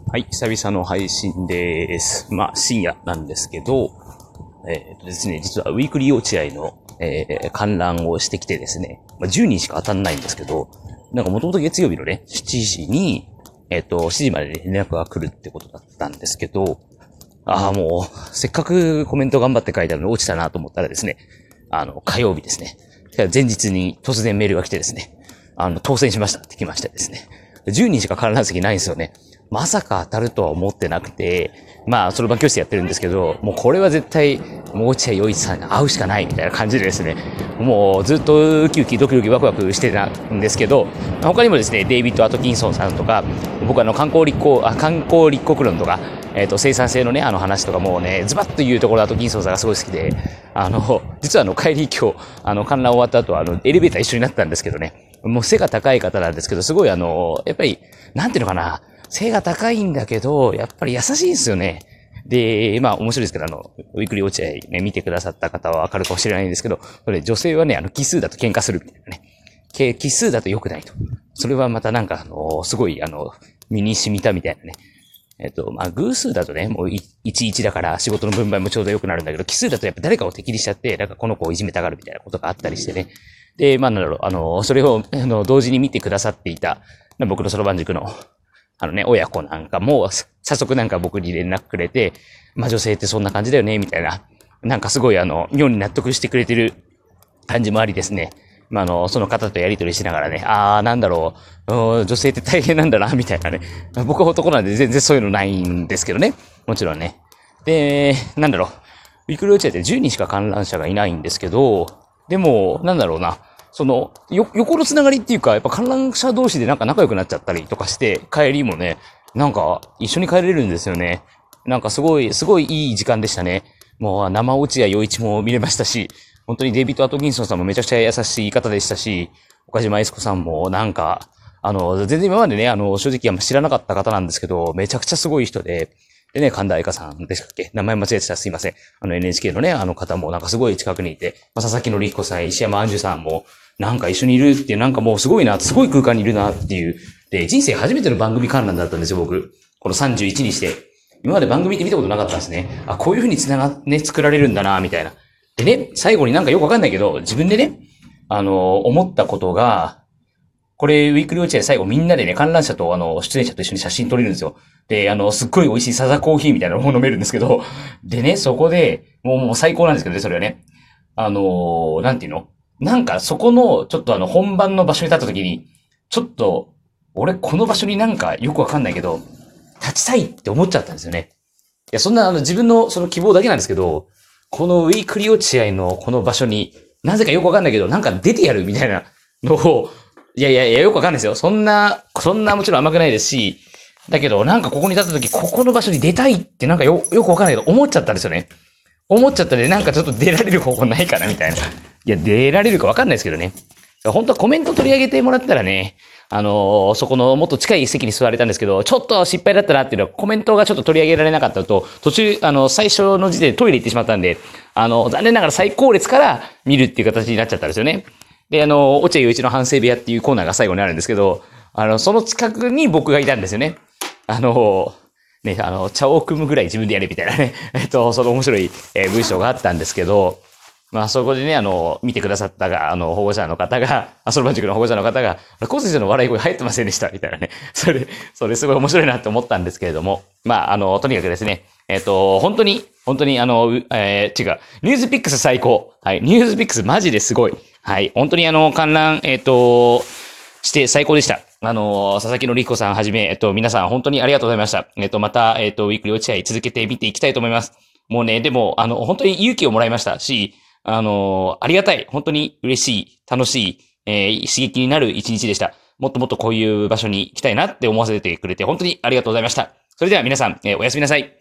はい、久々の配信です。深夜なんですけど、ですね、実はウィークリー落合の、観覧をしてきてですね、10人しか当たんないんですけど、なんかもともと月曜日のね、7時に、7時までに連絡が来るってことだったんですけど、もう、せっかくコメント頑張って書いたのに落ちたなと思ったらですね、火曜日ですね、前日に突然メールが来てですね、当選しましたって来ましてですね、10人しか観覧席ないんですよね。まさか当たるとは思ってなくて、そろばん教室やってるんですけど、もうこれは絶対、もう落合陽一さんに会うしかないみたいな感じでですね、もうずっとウキウキドキドキワクワクしてたんですけど、他にもですね、デイビッド・アトキンソンさんとか、僕観光立国論とか、生産性のね、話とかもね、ズバッと言うところアトキンソンさんがすごい好きで、実は帰り今日、観覧終わった後エレベーター一緒になったんですけどね、もう背が高い方なんですけど、すごいやっぱり、なんていうのかな、背が高いんだけど、やっぱり優しいんですよね。で、面白いですけど、ウィークリー落合ね、見てくださった方はわかるかもしれないんですけど、それ女性はね、奇数だと喧嘩するみたいなね。奇数だと良くないと。それはまたなんかすごい身に染みたみたいなね。偶数だとね、もう11だから仕事の分配もちょうど良くなるんだけど、奇数だとやっぱ誰かを敵にしちゃって、なんかこの子をいじめたがるみたいなことがあったりしてね。で、それを、同時に見てくださっていた、僕のそろばん塾の、親子なんかも、早速なんか僕に連絡くれて、女性ってそんな感じだよね、みたいな。なんかすごい妙に納得してくれてる感じもありですね。その方とやりとりしながらね、なんだろう、女性って大変なんだな、みたいなね。僕は男なんで全然そういうのないんですけどね。もちろんね。で、なんだろう、ウィークリー落合って10人しか観覧者がいないんですけど、でも、なんだろうな、横のつながりっていうか、やっぱ観覧者同士でなんか仲良くなっちゃったりとかして、帰りもね、なんか一緒に帰れるんですよね。なんかすごいいい時間でしたね。もう生落合陽一も見れましたし、本当にデイビッド・アトキンソンさんもめちゃくちゃ優しい方でしたし、岡島愛子さんもなんか、全然今までね、正直知らなかった方なんですけど、めちゃくちゃすごい人で、でね、神田愛花さんでしたっけ、名前間違えてたらすいません。NHK のね、方もなんかすごい近くにいて、佐々木則彦さん、石山杏樹さんも、なんか一緒にいるっていう、なんかもうすごいな、すごい空間にいるなっていう。で、人生初めての番組観覧だったんですよ、僕。この31にして。今まで番組って見たことなかったんですね。こういう風に作られるんだな、みたいな。でね、最後になんかよくわかんないけど、自分でね、思ったことが、これ、ウィークリー落合最後みんなでね、観覧者と出演者と一緒に写真撮れるんですよ。で、すっごい美味しいサザコーヒーみたいなのを飲めるんですけど、でね、そこで、もう最高なんですけどね、それはね。なんていうのなんかそこの、ちょっと本番の場所に立った時に、ちょっと、俺この場所になんかよくわかんないけど、立ちたいって思っちゃったんですよね。いや、そんな自分のその希望だけなんですけど、このウィークリー落合のこの場所に、なぜかよくわかんないけど、なんか出てやるみたいなのを、いや、よくわかんないですよ。そんなもちろん甘くないですし、だけど、なんかここに立った時、ここの場所に出たいってなんかよくわかんないけど、思っちゃったんですよね。思っちゃったんで、なんかちょっと出られる方法ないかな、みたいな。いや、出られるかわかんないですけどね。本当はコメント取り上げてもらったらね、そこのもっと近い席に座れたんですけど、ちょっと失敗だったなっていうのはコメントがちょっと取り上げられなかったのと、途中、最初の時点でトイレ行ってしまったんで、残念ながら最高列から見るっていう形になっちゃったんですよね。で、落合陽一の反省部屋っていうコーナーが最後にあるんですけど、その近くに僕がいたんですよね。ね、茶を組むぐらい自分でやれみたいなね、その面白い、文章があったんですけど、そこでね、見てくださった保護者の方が、そろばん塾の保護者の方が、コ先生の笑い声入ってませんでした、みたいなね。それすごい面白いなって思ったんですけれども、とにかくですね、本当に、違う、ニュースピックス最高。はい、ニュースピックスマジですごい。はい、本当に観覧、して最高でした。佐々木則彦さんはじめ、皆さん本当にありがとうございました。また、ウィークリー落合続けて見ていきたいと思います。もうね、でも、本当に勇気をもらいましたし、ありがたい、本当に嬉しい、楽しい、刺激になる一日でした。もっともっとこういう場所に行きたいなって思わせてくれて、本当にありがとうございました。それでは皆さん、おやすみなさい。